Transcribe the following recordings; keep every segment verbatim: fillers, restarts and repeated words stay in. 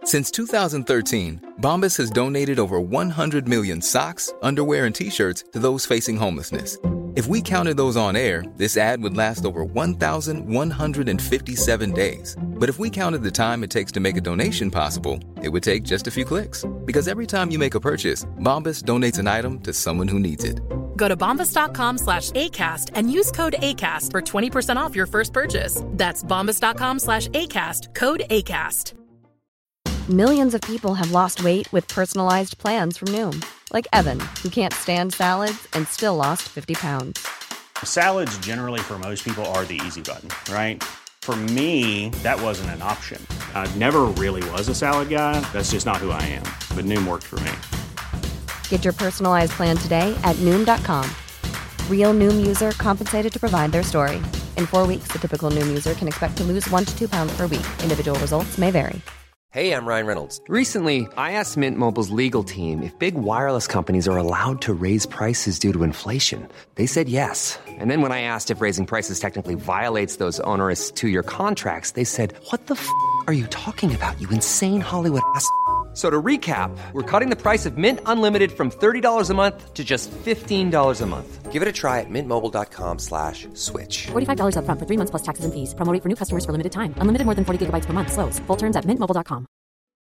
Since two thousand thirteen, Bombas has donated over one hundred million socks, underwear, and T-shirts to those facing homelessness. If we counted those on air, this ad would last over one thousand one hundred fifty-seven days. But if we counted the time it takes to make a donation possible, it would take just a few clicks. Because every time you make a purchase, Bombas donates an item to someone who needs it. Go to bombas.com slash ACAST and use code ACAST for twenty percent off your first purchase. That's bombas.com slash ACAST, code ACAST. Millions of people have lost weight with personalized plans from Noom. Like Evan, who can't stand salads and still lost fifty pounds. Salads generally for most people are the easy button, right? For me, that wasn't an option. I never really was a salad guy. That's just not who I am. But Noom worked for me. Get your personalized plan today at Noom dot com. Real Noom user compensated to provide their story. In four weeks, the typical Noom user can expect to lose one to two pounds per week. Individual results may vary. Hey, I'm Ryan Reynolds. Recently, I asked Mint Mobile's legal team if big wireless companies are allowed to raise prices due to inflation. They said yes. And then when I asked if raising prices technically violates those onerous two-year contracts, they said, what the f*** are you talking about, you insane Hollywood ass f- So to recap, we're cutting the price of Mint Unlimited from thirty dollars a month to just fifteen dollars a month. Give it a try at mintmobile.com slash switch. forty-five dollars up front for three months plus taxes and fees. Promo rate for new customers for limited time. Unlimited more than forty gigabytes per month. Slows full terms at mint mobile dot com.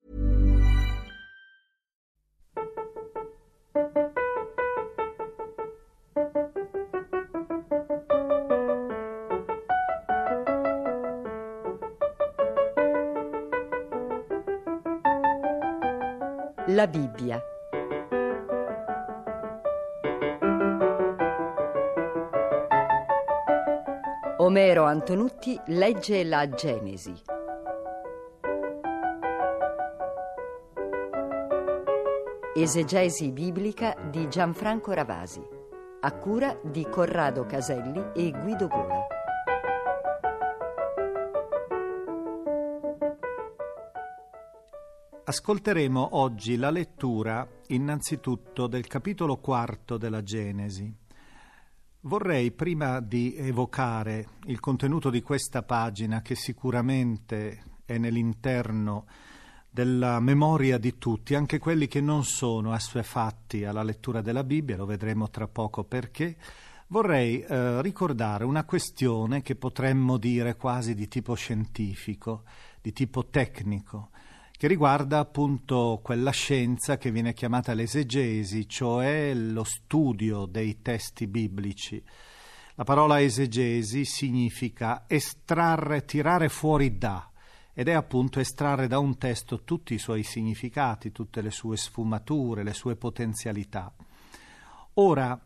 La Bibbia. Omero Antonutti legge la Genesi. Esegesi biblica di Gianfranco Ravasi, a cura di Corrado Caselli e Guido Gora. Ascolteremo oggi la lettura innanzitutto del capitolo quarto della Genesi. Vorrei, prima di evocare il contenuto di questa pagina, che sicuramente è nell'interno della memoria di tutti, anche quelli che non sono assuefatti alla lettura della Bibbia, lo vedremo tra poco perché, vorrei eh, ricordare una questione che potremmo dire quasi di tipo scientifico, di tipo tecnico, che riguarda appunto quella scienza che viene chiamata l'esegesi, cioè lo studio dei testi biblici. La parola esegesi significa estrarre, tirare fuori da, ed è appunto estrarre da un testo tutti i suoi significati, tutte le sue sfumature, le sue potenzialità. Ora,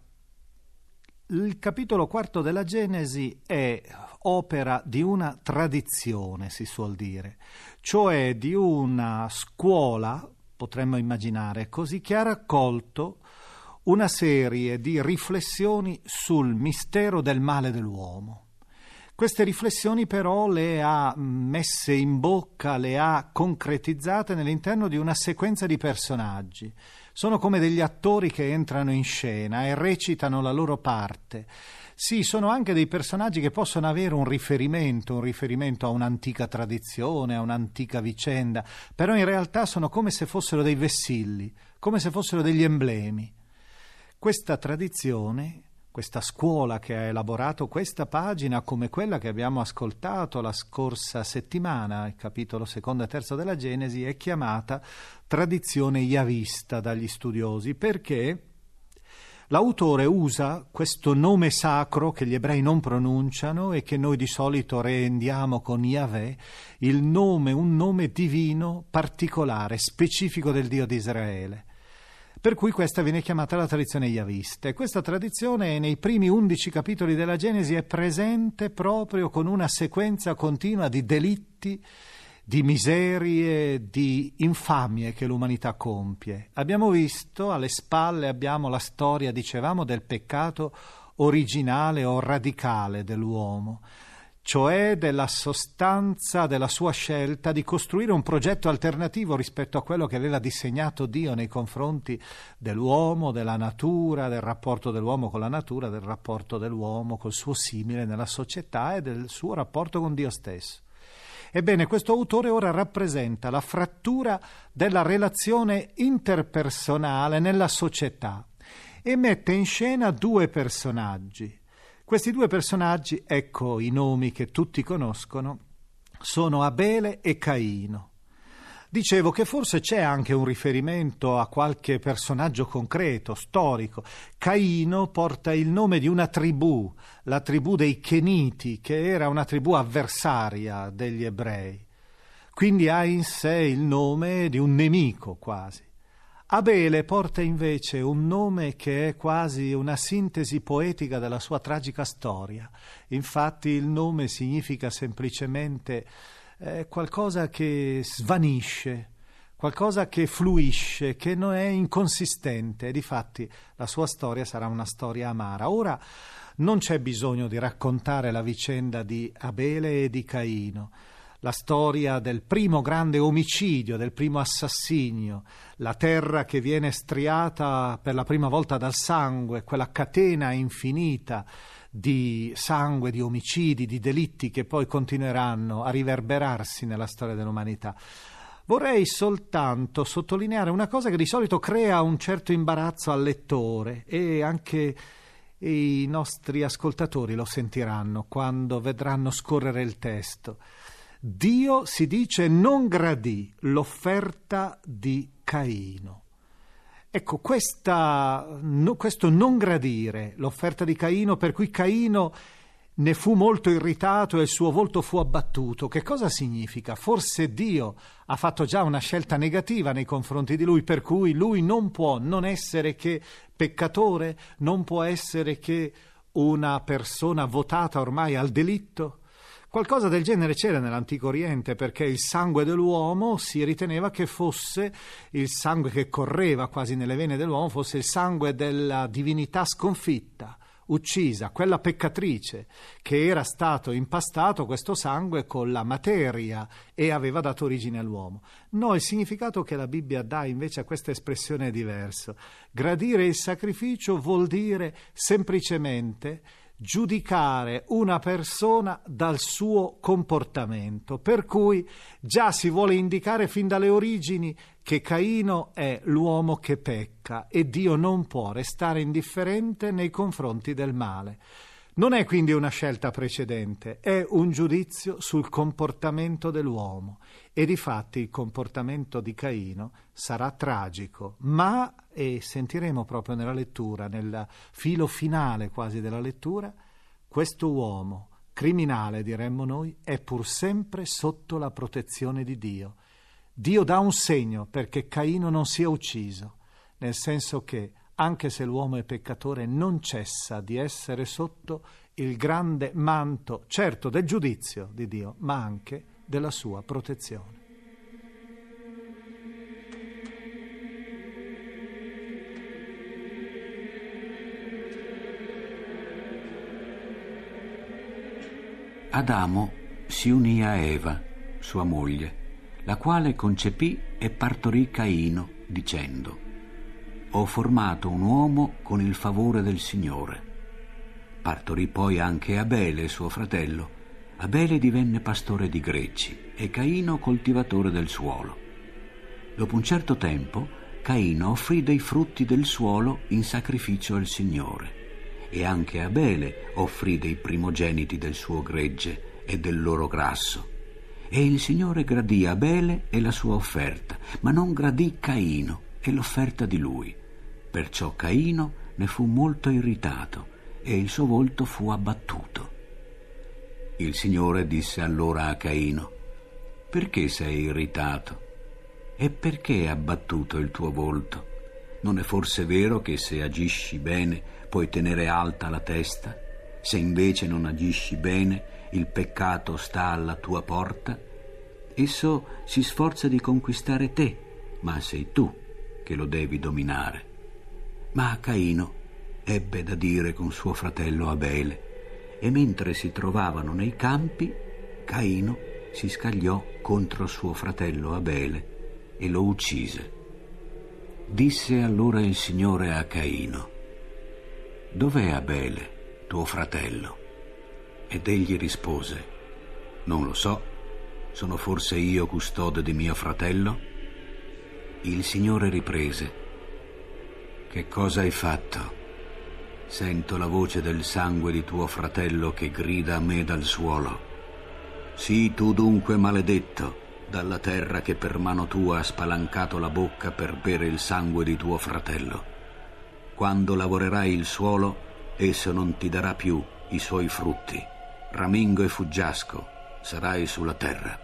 il capitolo quarto della Genesi è opera di una tradizione, si suol dire, cioè di una scuola, potremmo immaginare così, che ha raccolto una serie di riflessioni sul mistero del male dell'uomo. Queste riflessioni però le ha messe in bocca, le ha concretizzate all'interno di una sequenza di personaggi. Sono come degli attori che entrano in scena e recitano la loro parte. Sì, sono anche dei personaggi che possono avere un riferimento, un riferimento a un'antica tradizione, a un'antica vicenda, però in realtà sono come se fossero dei vessilli, come se fossero degli emblemi. Questa tradizione, questa scuola che ha elaborato questa pagina, come quella che abbiamo ascoltato la scorsa settimana, il capitolo secondo e terzo della Genesi, è chiamata tradizione yavista dagli studiosi, perché l'autore usa questo nome sacro che gli ebrei non pronunciano e che noi di solito rendiamo con Yahweh, il nome, un nome divino particolare, specifico del Dio di Israele. Per cui questa viene chiamata la tradizione yavista. E questa tradizione nei primi undici capitoli della Genesi è presente proprio con una sequenza continua di delitti, di miserie, di infamie che l'umanità compie. Abbiamo visto, alle spalle abbiamo la storia, dicevamo, del peccato originale o radicale dell'uomo, cioè della sostanza della sua scelta di costruire un progetto alternativo rispetto a quello che aveva disegnato Dio nei confronti dell'uomo, della natura, del rapporto dell'uomo con la natura, del rapporto dell'uomo col suo simile nella società e del suo rapporto con Dio stesso. Ebbene, questo autore ora rappresenta la frattura della relazione interpersonale nella società e mette in scena due personaggi. Questi due personaggi, ecco i nomi che tutti conoscono, sono Abele e Caino. Dicevo che forse c'è anche un riferimento a qualche personaggio concreto, storico. Caino porta il nome di una tribù, la tribù dei Cheniti, che era una tribù avversaria degli ebrei. Quindi ha in sé il nome di un nemico quasi. Abele porta invece un nome che è quasi una sintesi poetica della sua tragica storia. Infatti il nome significa semplicemente eh, qualcosa che svanisce, qualcosa che fluisce, che non è inconsistente, e difatti la sua storia sarà una storia amara. Ora non c'è bisogno di raccontare la vicenda di Abele e di Caino, la storia del primo grande omicidio, del primo assassinio, la terra che viene striata per la prima volta dal sangue, quella catena infinita di sangue, di omicidi, di delitti che poi continueranno a riverberarsi nella storia dell'umanità. Vorrei soltanto sottolineare una cosa che di solito crea un certo imbarazzo al lettore, e anche i nostri ascoltatori lo sentiranno quando vedranno scorrere il testo. Dio, si dice, non gradì l'offerta di Caino. Ecco, questa, no, questo non gradire l'offerta di Caino, per cui Caino ne fu molto irritato e il suo volto fu abbattuto. Che cosa significa? Forse Dio ha fatto già una scelta negativa nei confronti di lui, per cui lui non può non essere che peccatore, non può essere che una persona votata ormai al delitto. Qualcosa del genere c'era nell'Antico Oriente, perché il sangue dell'uomo si riteneva che fosse il sangue che correva quasi nelle vene dell'uomo, fosse il sangue della divinità sconfitta, uccisa, quella peccatrice, che era stato impastato questo sangue con la materia e aveva dato origine all'uomo. No, il significato che la Bibbia dà invece a questa espressione è diverso. Gradire il sacrificio vuol dire semplicemente giudicare una persona dal suo comportamento, per cui già si vuole indicare fin dalle origini che Caino è l'uomo che pecca e Dio non può restare indifferente nei confronti del male. Non è quindi una scelta precedente, è un giudizio sul comportamento dell'uomo, e difatti il comportamento di Caino sarà tragico, ma, e sentiremo proprio nella lettura, nel filo finale quasi della lettura, questo uomo, criminale diremmo noi, è pur sempre sotto la protezione di Dio. Dio dà un segno perché Caino non sia ucciso, nel senso che anche se l'uomo è peccatore non cessa di essere sotto il grande manto, certo del giudizio di Dio, ma anche della sua protezione. Adamo si unì a Eva, sua moglie, la quale concepì e partorì Caino, dicendo: «Ho formato un uomo con il favore del Signore». Partorì poi anche Abele, suo fratello. Abele divenne pastore di greggi e Caino coltivatore del suolo. Dopo un certo tempo, Caino offrì dei frutti del suolo in sacrificio al Signore, e anche Abele offrì dei primogeniti del suo gregge e del loro grasso. E il Signore gradì Abele e la sua offerta, ma non gradì Caino e l'offerta di lui. Perciò Caino ne fu molto irritato e il suo volto fu abbattuto. Il Signore disse allora a Caino: «Perché sei irritato? E perché è abbattuto il tuo volto? Non è forse vero che se agisci bene puoi tenere alta la testa? Se invece non agisci bene, il peccato sta alla tua porta? Esso si sforza di conquistare te, ma sei tu che lo devi dominare». Ma Caino ebbe da dire con suo fratello Abele, e mentre si trovavano nei campi, Caino si scagliò contro suo fratello Abele e lo uccise. Disse allora il Signore a Caino: «Dov'è Abele, tuo fratello?» Ed egli rispose: «Non lo so». Sono forse io custode di mio fratello? Il Signore riprese: che cosa hai fatto? Sento la voce del sangue di tuo fratello che grida a me dal suolo. Sii tu dunque maledetto dalla terra che per mano tua ha spalancato la bocca per bere il sangue di tuo fratello. Quando lavorerai il suolo, esso non ti darà più i suoi frutti. Ramingo e fuggiasco sarai sulla terra.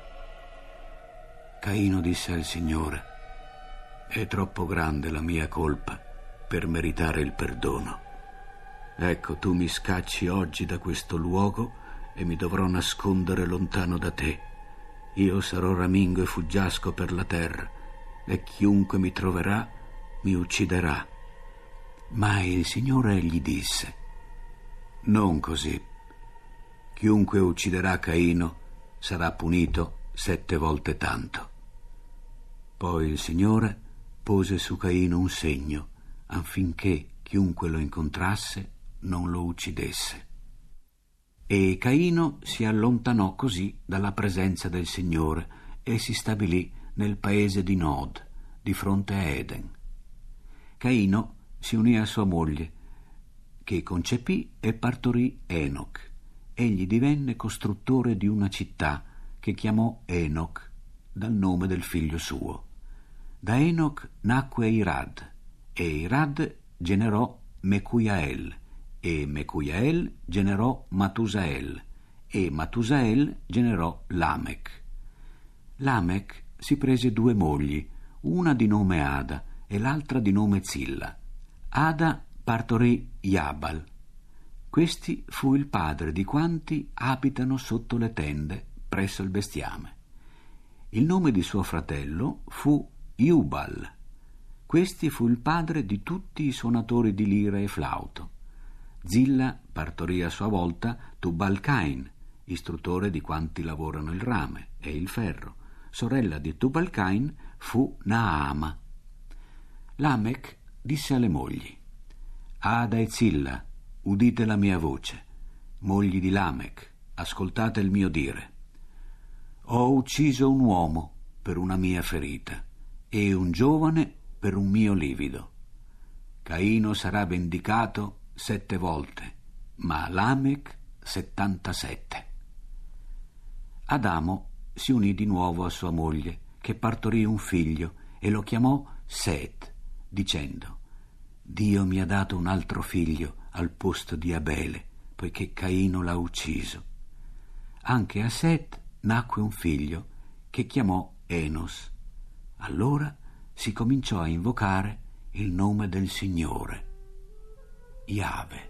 Caino disse al Signore: è troppo grande la mia colpa per meritare il perdono. Ecco, tu mi scacci oggi da questo luogo e mi dovrò nascondere lontano da te. Io sarò ramingo e fuggiasco per la terra, e chiunque mi troverà mi ucciderà. Ma il Signore gli disse: non così. Chiunque ucciderà Caino sarà punito sette volte tanto. Poi il Signore pose su Caino un segno, affinché chiunque lo incontrasse non lo uccidesse. E Caino si allontanò così dalla presenza del Signore e si stabilì nel paese di Nod, di fronte a Eden. Caino si unì a sua moglie, che concepì e partorì Enoch. Egli divenne costruttore di una città che chiamò Enoch, dal nome del figlio suo. Da Enoch nacque Irad, e Irad generò Mecuiael, e Mecuiael generò Matusael, e Matusael generò Lamech. Lamech si prese due mogli, una di nome Ada e l'altra di nome Zilla. Ada partorì Jabal. Questi fu il padre di quanti abitano sotto le tende presso il bestiame. Il nome di suo fratello fu Jubal. Questi fu il padre di tutti i suonatori di lira e flauto. Zilla partorì a sua volta Tubal-Cain, istruttore di quanti lavorano il rame e il ferro. Sorella di Tubal-Cain fu Naama. Lamech disse alle mogli: Ada e Zilla, udite la mia voce. Mogli di Lamech, ascoltate il mio dire. Ho ucciso un uomo per una mia ferita e un giovane per un mio livido. Caino sarà vendicato sette volte, ma Lamech settantasette. Adamo si unì di nuovo a sua moglie, che partorì un figlio e lo chiamò Set, dicendo: Dio mi ha dato un altro figlio al posto di Abele, poiché Caino l'ha ucciso. Anche a Set nacque un figlio che chiamò Enos. Allora si cominciò a invocare il nome del Signore, Yahweh.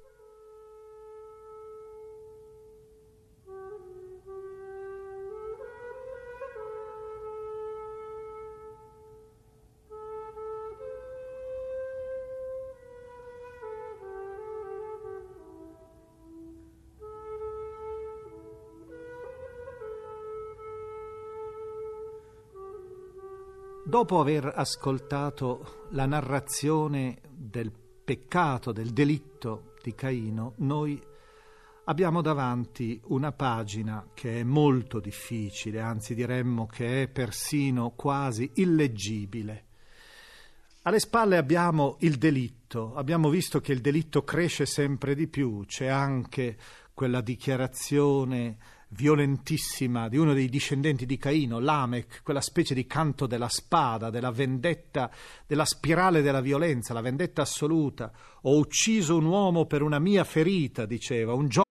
Dopo aver ascoltato la narrazione del peccato, del delitto di Caino, noi abbiamo davanti una pagina che è molto difficile, anzi diremmo che è persino quasi illeggibile. Alle spalle abbiamo il delitto, abbiamo visto che il delitto cresce sempre di più, c'è anche quella dichiarazione violentissima di uno dei discendenti di Caino, Lamech, quella specie di canto della spada, della vendetta, della spirale della violenza, la vendetta assoluta. Ho ucciso un uomo per una mia ferita, diceva, un gioco.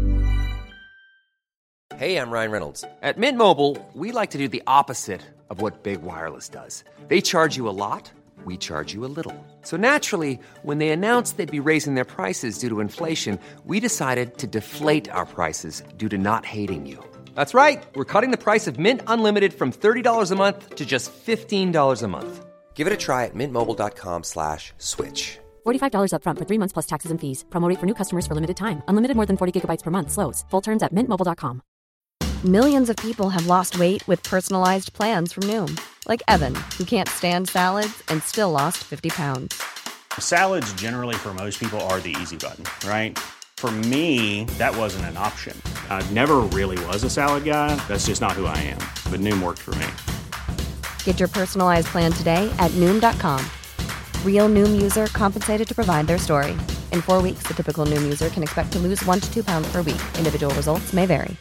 Hey, I'm Ryan Reynolds. At Mint Mobile, we like to do the opposite of what Big Wireless does. They charge you a lot, we charge you a little. So naturally, when they announced they'd be raising their prices due to inflation, we decided to deflate our prices due to not hating you. That's right. We're cutting the price of Mint Unlimited from thirty dollars a month to just fifteen dollars a month. Give it a try at mintmobile.com slash switch. forty-five dollars up front for three months plus taxes and fees. Promo rate for new customers for limited time. Unlimited more than forty gigabytes per month slows. Full terms at mint mobile dot com. Millions of people have lost weight with personalized plans from Noom. Like Evan, who can't stand salads and still lost fifty pounds. Salads generally for most people are the easy button, right? For me, that wasn't an option. I never really was a salad guy. That's just not who I am. But Noom worked for me. Get your personalized plan today at Noom dot com. Real Noom user compensated to provide their story. In four weeks, the typical Noom user can expect to lose one to two pounds per week. Individual results may vary.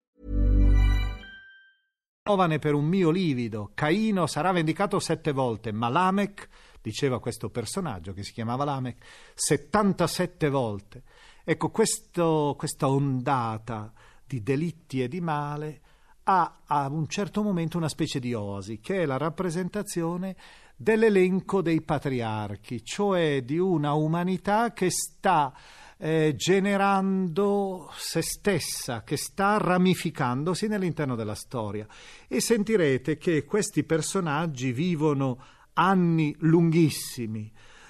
Giovane per un mio livido, Caino sarà vendicato sette volte, ma Lamech, diceva questo personaggio che si chiamava Lamech, settantasette volte. Ecco, questo, questa ondata di delitti e di male ha a un certo momento una specie di oasi, che è la rappresentazione dell'elenco dei patriarchi, cioè di una umanità che sta eh, generando se stessa, che sta ramificandosi nell'interno della storia. E sentirete che questi personaggi vivono anni lunghissimi.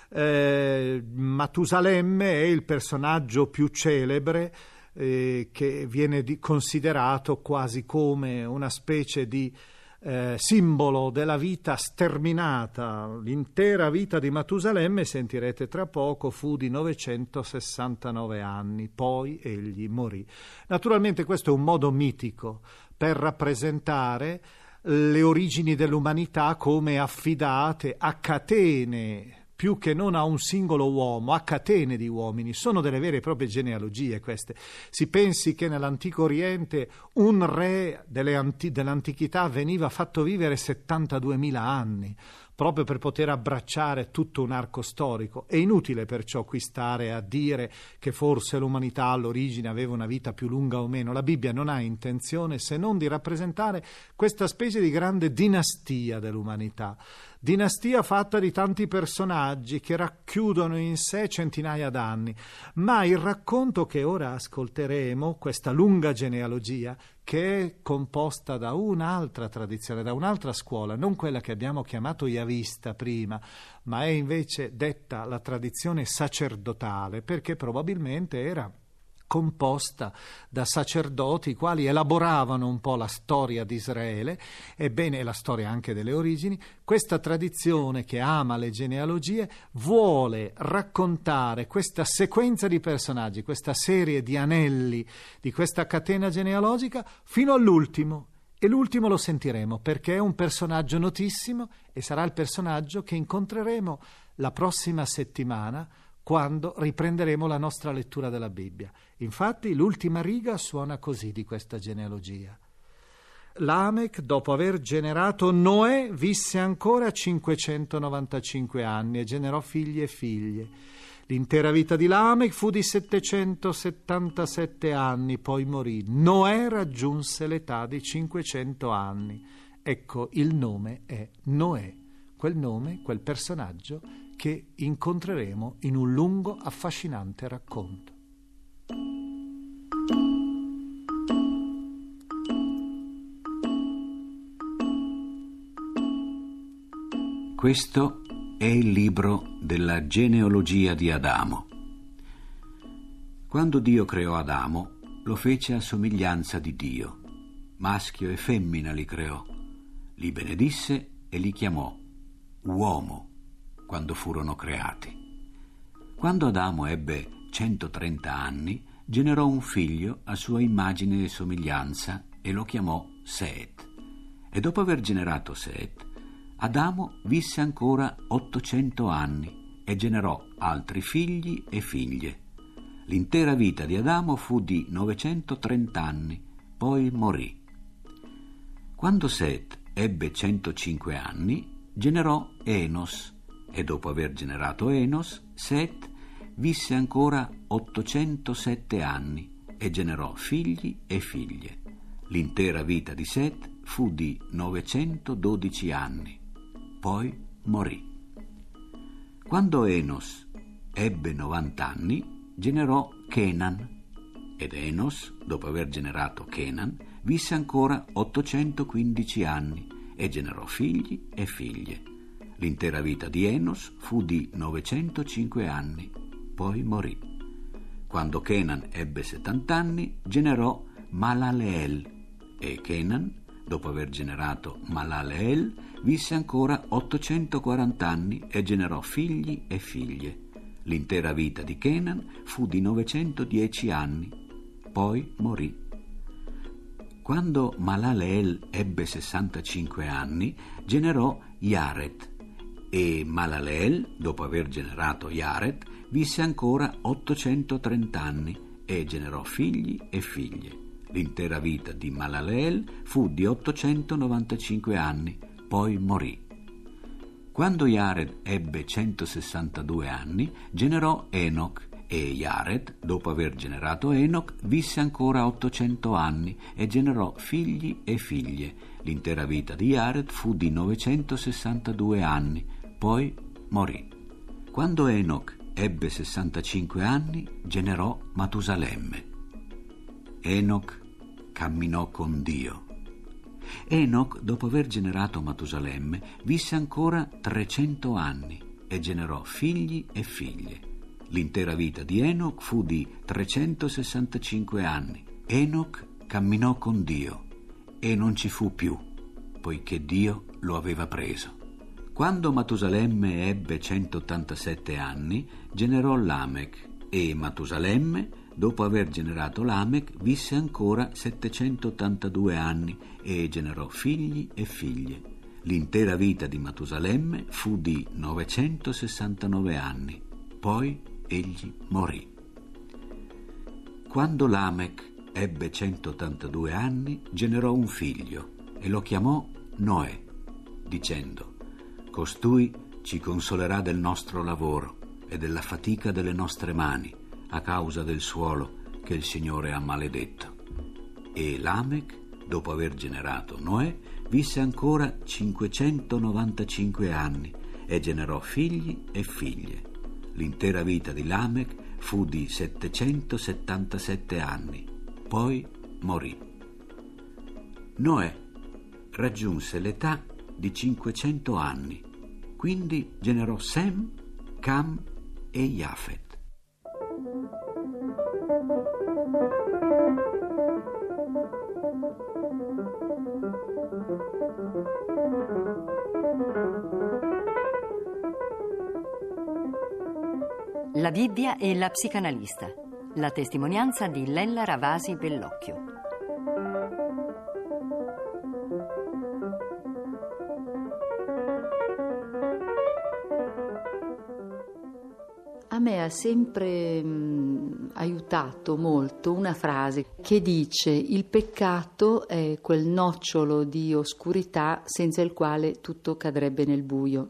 Eh, Matusalemme è il personaggio più celebre, eh, che viene di, considerato quasi come una specie di eh, simbolo della vita sterminata. L'intera vita di Matusalemme, sentirete tra poco, fu di novecentosessantanove anni, poi egli morì. Naturalmente questo è un modo mitico per rappresentare le origini dell'umanità come affidate a catene, più che non a un singolo uomo, a catene di uomini. Sono delle vere e proprie genealogie queste. Si pensi che nell'antico Oriente un re delle anti- dell'antichità veniva fatto vivere settantaduemila anni, proprio per poter abbracciare tutto un arco storico. È inutile perciò qui stare a dire che forse l'umanità all'origine aveva una vita più lunga o meno. La Bibbia non ha intenzione se non di rappresentare questa specie di grande dinastia dell'umanità. Dinastia fatta di tanti personaggi che racchiudono in sé centinaia d'anni, ma il racconto che ora ascolteremo, questa lunga genealogia, che è composta da un'altra tradizione, da un'altra scuola, non quella che abbiamo chiamato Yavista prima, ma è invece detta la tradizione sacerdotale, perché probabilmente era composta da sacerdoti i quali elaboravano un po' la storia di Israele, ebbene la storia anche delle origini. Questa tradizione che ama le genealogie vuole raccontare questa sequenza di personaggi, questa serie di anelli di questa catena genealogica fino all'ultimo. E l'ultimo lo sentiremo perché è un personaggio notissimo e sarà il personaggio che incontreremo la prossima settimana, quando riprenderemo la nostra lettura della Bibbia. Infatti l'ultima riga suona così di questa genealogia. Lamech, dopo aver generato Noè, visse ancora cinquecentonovantacinque anni e generò figli e figlie. L'intera vita di Lamech fu di settecentosettantasette anni, poi morì. Noè raggiunse l'età di cinquecento anni. Ecco, il nome è Noè, quel nome, quel personaggio che incontreremo in un lungo, affascinante racconto. Questo è il libro della genealogia di Adamo. Quando Dio creò Adamo, lo fece a somiglianza di Dio. Maschio e femmina li creò, li benedisse e li chiamò uomo quando furono creati. Quando Adamo ebbe centotrenta anni, generò un figlio a sua immagine e somiglianza e lo chiamò Set. E dopo aver generato Set, Adamo visse ancora ottocento anni e generò altri figli e figlie. L'intera vita di Adamo fu di novecentotrenta anni, poi morì. Quando Set ebbe centocinque anni, generò Enos, e dopo aver generato Enos, Set visse ancora ottocentosette anni e generò figli e figlie. L'intera vita di Set fu di novecentododici anni, poi morì. Quando Enos ebbe novanta anni, generò Kenan, ed Enos, dopo aver generato Kenan, visse ancora ottocentoquindici anni e generò figli e figlie. L'intera vita di Enos fu di novecentocinque anni, poi morì. Quando Kenan ebbe settanta anni, generò Malaleel, e Kenan, dopo aver generato Malaleel, visse ancora ottocentoquaranta anni e generò figli e figlie. L'intera vita di Kenan fu di novecentodieci anni, poi morì. Quando Malaleel ebbe sessantacinque anni, generò Yared, e Malaleel, dopo aver generato Yared, visse ancora ottocentotrenta anni e generò figli e figlie. L'intera vita di Malaleel fu di ottocentonovantacinque anni, poi morì. Quando Yared ebbe centosessantadue anni, generò Enoch, e Yared, dopo aver generato Enoch, visse ancora ottocento anni e generò figli e figlie. L'intera vita di Yared fu di novecentosessantadue anni, poi morì. Quando Enoch ebbe sessantacinque anni, generò Matusalemme. Enoch camminò con Dio. Enoch, dopo aver generato Matusalemme, visse ancora trecento anni e generò figli e figlie. L'intera vita di Enoch fu di trecentosessantacinque anni. Enoch camminò con Dio e non ci fu più, poiché Dio lo aveva preso. Quando Matusalemme ebbe centottantasette anni, generò Lamech, e Matusalemme, dopo aver generato Lamech, visse ancora settecentottantadue anni e generò figli e figlie. L'intera vita di Matusalemme fu di novecentosessantanove anni, poi egli morì. Quando Lamech ebbe centottantadue anni, generò un figlio e lo chiamò Noè, dicendo: «Costui ci consolerà del nostro lavoro e della fatica delle nostre mani, a causa del suolo che il Signore ha maledetto». E Lamech, dopo aver generato Noè, visse ancora cinquecentonovantacinque anni e generò figli e figlie. L'intera vita di Lamech fu di settecentosettantasette anni, poi morì. Noè raggiunse l'età di cinquecento anni, quindi generò Sem, Cam e Jafet. La Bibbia e la psicanalista. La testimonianza di Lella Ravasi Bellocchio. A me ha sempre mh, aiutato molto una frase che dice: il peccato è quel nocciolo di oscurità senza il quale tutto cadrebbe nel buio.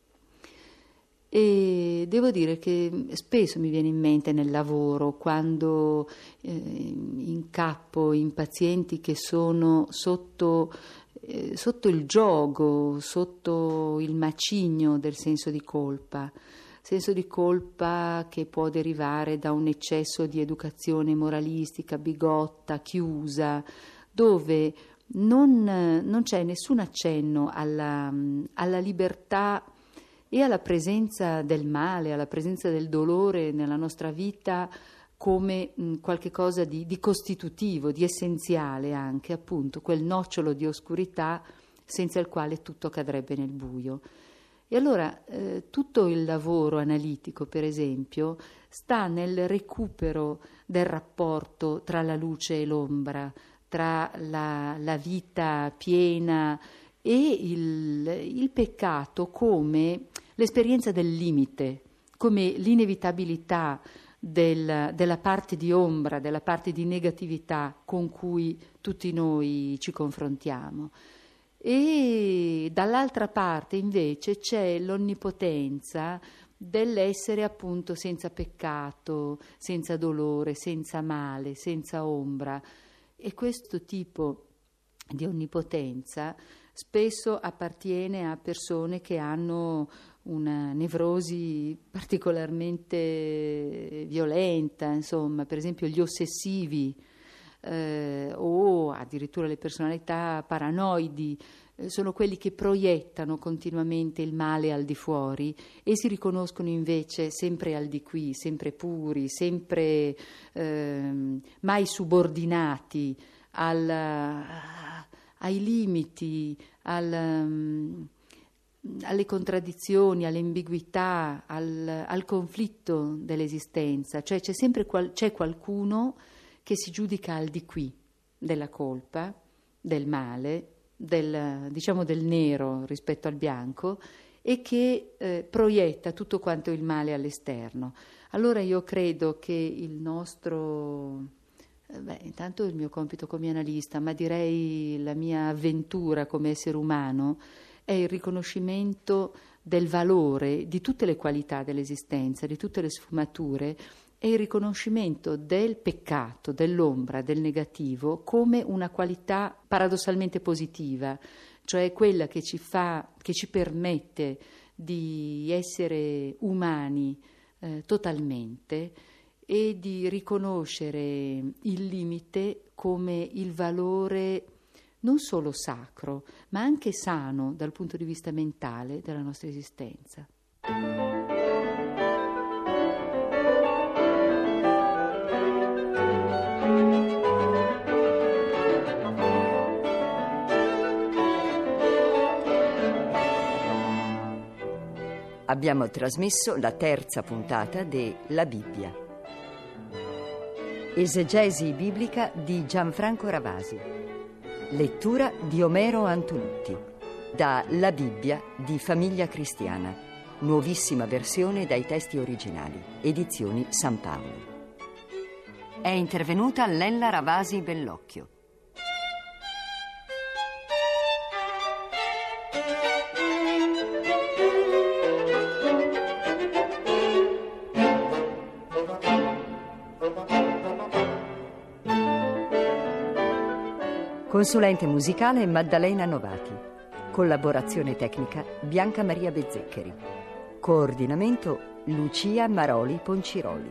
E devo dire che spesso mi viene in mente nel lavoro, quando eh, incappo in pazienti che sono sotto, eh, sotto il giogo, sotto il macigno del senso di colpa. Senso di colpa che può derivare da un eccesso di educazione moralistica, bigotta, chiusa, dove non, non c'è nessun accenno alla, alla libertà e alla presenza del male, alla presenza del dolore nella nostra vita come mh, qualche cosa di, di costitutivo, di essenziale anche, appunto, quel nocciolo di oscurità senza il quale tutto cadrebbe nel buio. E allora eh, tutto il lavoro analitico, per esempio, sta nel recupero del rapporto tra la luce e l'ombra, tra la, la vita piena e il, il peccato come l'esperienza del limite, come l'inevitabilità del, della parte di ombra, della parte di negatività con cui tutti noi ci confrontiamo. E dall'altra parte invece c'è l'onnipotenza dell'essere appunto senza peccato, senza dolore, senza male, senza ombra, e questo tipo di onnipotenza spesso appartiene a persone che hanno una nevrosi particolarmente violenta, insomma, per esempio gli ossessivi, Eh, o addirittura le personalità paranoidi, eh, sono quelli che proiettano continuamente il male al di fuori e si riconoscono invece sempre al di qui, sempre puri, sempre eh, mai subordinati al, ai limiti, al, alle contraddizioni, alle ambiguità, al, al conflitto dell'esistenza. Cioè c'è sempre qual, c'è qualcuno che si giudica al di qui della colpa, del male, del, diciamo del nero rispetto al bianco, e che eh, proietta tutto quanto il male all'esterno. Allora io credo che il nostro, eh, beh, intanto il mio compito come analista, ma direi la mia avventura come essere umano, è il riconoscimento del valore di tutte le qualità dell'esistenza, di tutte le sfumature, e il riconoscimento del peccato, dell'ombra, del negativo come una qualità paradossalmente positiva, cioè quella che ci fa, che ci permette di essere umani eh, totalmente, e di riconoscere il limite come il valore non solo sacro, ma anche sano dal punto di vista mentale della nostra esistenza. Abbiamo trasmesso la terza puntata de La Bibbia. Esegesi biblica di Gianfranco Ravasi. Lettura di Omero Antolutti. Da La Bibbia di Famiglia Cristiana. Nuovissima versione dai testi originali. Edizioni San Paolo. È intervenuta Lella Ravasi Bellocchio. Consulente musicale Maddalena Novati. Collaborazione tecnica Bianca Maria Bezzeccheri. Coordinamento Lucia Maroli Ponciroli.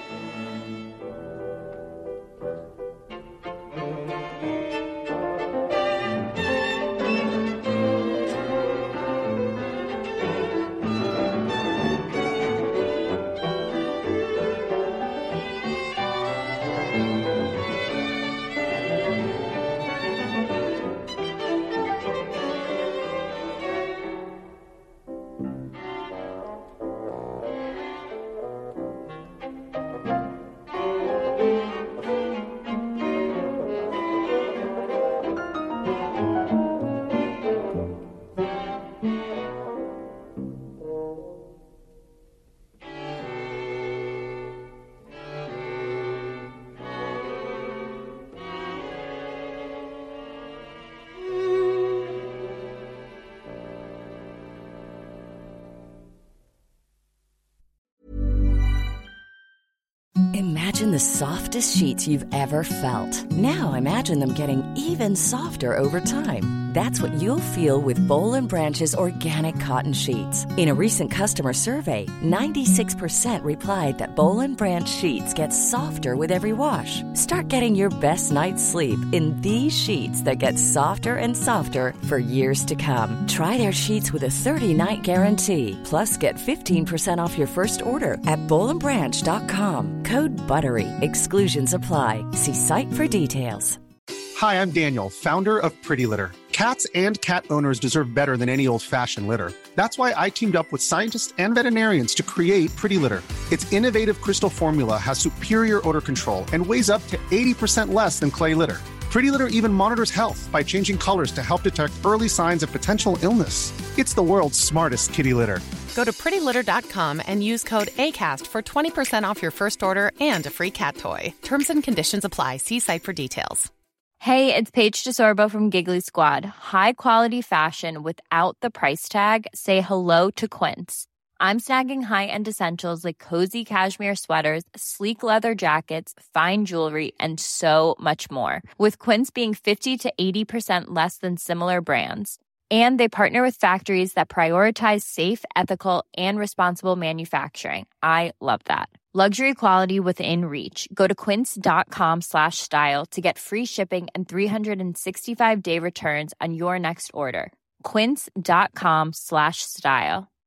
Imagine the softest sheets you've ever felt. Now imagine them getting even softer over time. That's what you'll feel with Boll and Branch's organic cotton sheets. In a recent customer survey, ninety-six percent replied that Boll and Branch sheets get softer with every wash. Start getting your best night's sleep in these sheets that get softer and softer for years to come. Try their sheets with a thirty-night guarantee. Plus, get fifteen percent off your first order at boll and branch dot com. Code BUTTERY. Exclusions apply. See site for details. Hi, I'm Daniel, founder of Pretty Litter. Cats and cat owners deserve better than any old-fashioned litter. That's why I teamed up with scientists and veterinarians to create Pretty Litter. Its innovative crystal formula has superior odor control and weighs up to eighty percent less than clay litter. Pretty Litter even monitors health by changing colors to help detect early signs of potential illness. It's the world's smartest kitty litter. Go to pretty litter dot com and use code ACAST for twenty percent off your first order and a free cat toy. Terms and conditions apply. See site for details. Hey, it's Paige DeSorbo from Giggly Squad. High quality fashion without the price tag. Say hello to Quince. I'm snagging high-end essentials like cozy cashmere sweaters, sleek leather jackets, fine jewelry, and so much more. With Quince being fifty to eighty percent less than similar brands. And they partner with factories that prioritize safe, ethical, and responsible manufacturing. I love that. Luxury quality within reach. Go to quince dot com slash style to get free shipping and three sixty-five day returns on your next order. quince dot com slash style.